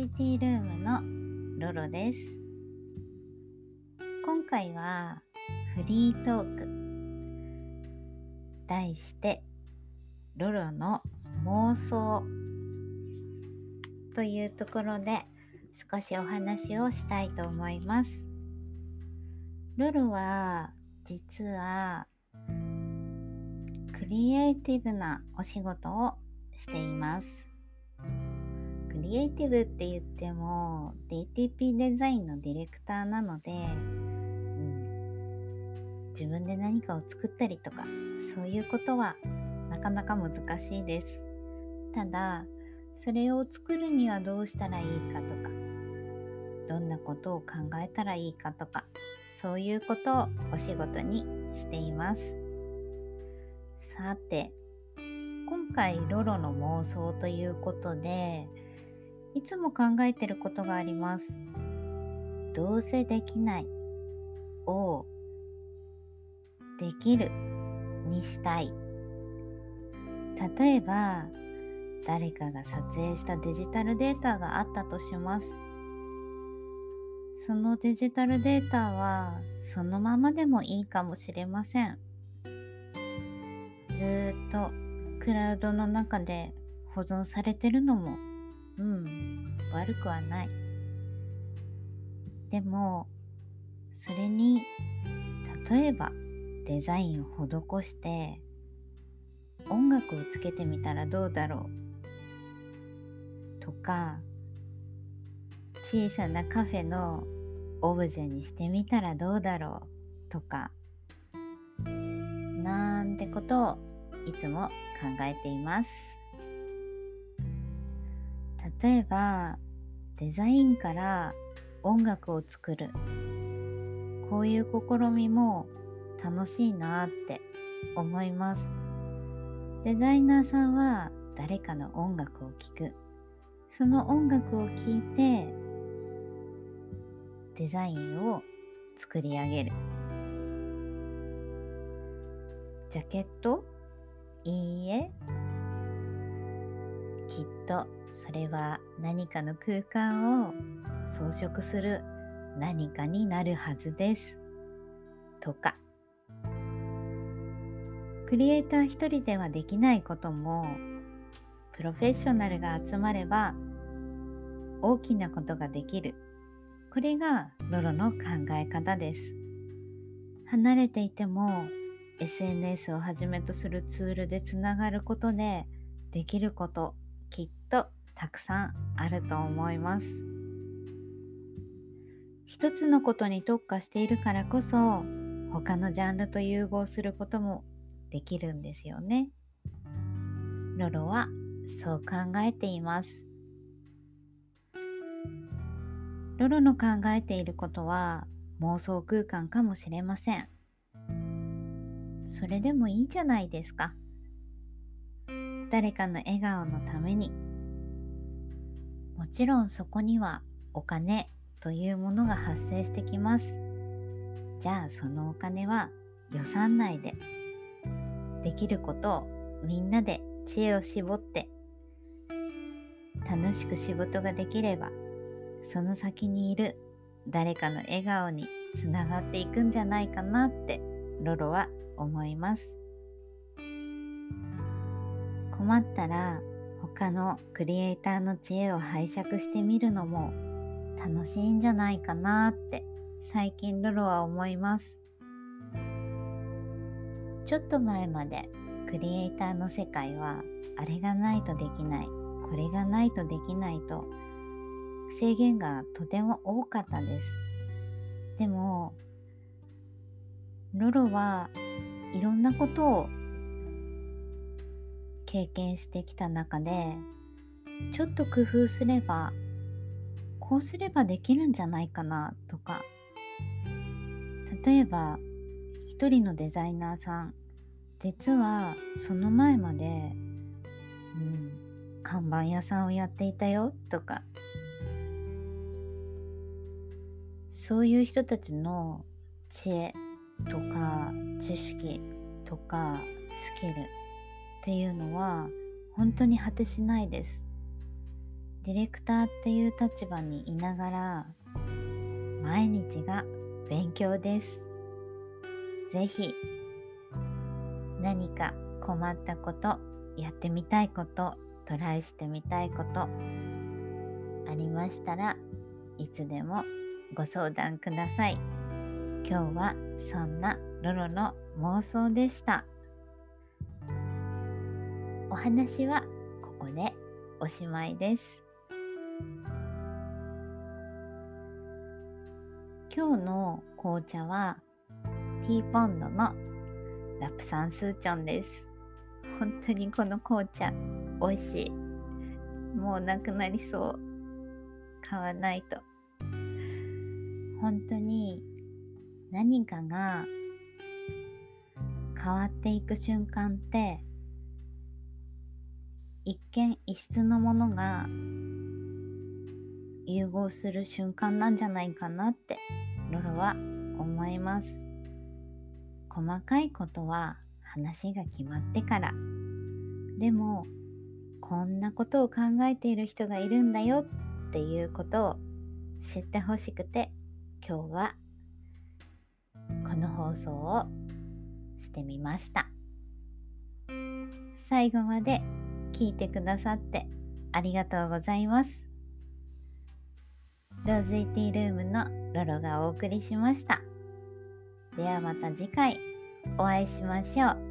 CT ルームのロロです。今回はフリートーク、題してロロの妄想というところで少しお話をしたいと思います。ロロは実はクリエイティブなお仕事をしています。クリエイティブって言っても DTP デザインのディレクターなので、自分で何かを作ったりとかそういうことはなかなか難しいです。ただそれを作るにはどうしたらいいかとか、どんなことを考えたらいいかとか、そういうことをお仕事にしています。さて、今回ロロの妄想ということでいつも考えてることがあります。どうせできないをできるにしたい。例えば誰かが撮影したデジタルデータがあったとします。そのデジタルデータはそのままでもいいかもしれません。ずっとクラウドの中で保存されてるのも悪くはない。でもそれに例えばデザインを施して音楽をつけてみたらどうだろうとか、小さなカフェのオブジェにしてみたらどうだろうとか、なんてことをいつも考えています。例えばデザインから音楽を作る、こういう試みも楽しいなって思います。デザイナーさんは誰かの音楽を聴く、その音楽を聴いてデザインを作り上げる。ジャケット？いいえ、きっとそれは何かの空間を装飾する何かになるはずですとか、クリエイター一人ではできないこともプロフェッショナルが集まれば大きなことができる。これがロロの考え方です。離れていても SNS をはじめとするツールでつながることでできること、きっとたくさんあると思います。一つのことに特化しているからこそ他のジャンルと融合することもできるんですよね。ロロはそう考えています。ロロの考えていることは妄想空間かもしれません。それでもいいじゃないですか。誰かの笑顔のために。もちろんそこにはお金というものが発生してきます。じゃあそのお金は予算内でできることをみんなで知恵を絞って楽しく仕事ができれば、その先にいる誰かの笑顔につながっていくんじゃないかなってロロは思います。困ったら他のクリエイターの知恵を拝借してみるのも楽しいんじゃないかなって最近ロロは思います。ちょっと前までクリエイターの世界はあれがないとできない、これがないとできないと制限がとても多かったです。でもロロはいろんなことを経験してきた中で、ちょっと工夫すればこうすればできるんじゃないかなとか、例えば一人のデザイナーさん、実はその前まで、看板屋さんをやっていたよとか、そういう人たちの知恵とか知識とかスキルっていうのは本当に果てしないです。 ディレクターっていう立場にいながら毎日が勉強です。ぜひ何か困ったこと、やってみたいこと、トライしてみたいことありましたらいつでもご相談ください。今日はそんなロロの妄想でした。お話はここでおしまいです。今日の紅茶はティーポンドのラプサンスーチョンです。本当にこの紅茶美味しい。もうなくなりそう。買わないと。本当に何かが変わっていく瞬間って一見異質のものが融合する瞬間なんじゃないかなってロロは思います。細かいことは話が決まってから、でもこんなことを考えている人がいるんだよっていうことを知ってほしくて、今日はこの放送をしてみました。最後まで聞いてくださってありがとうございます。ローズイティールームのロロがお送りしました。ではまた次回お会いしましょう。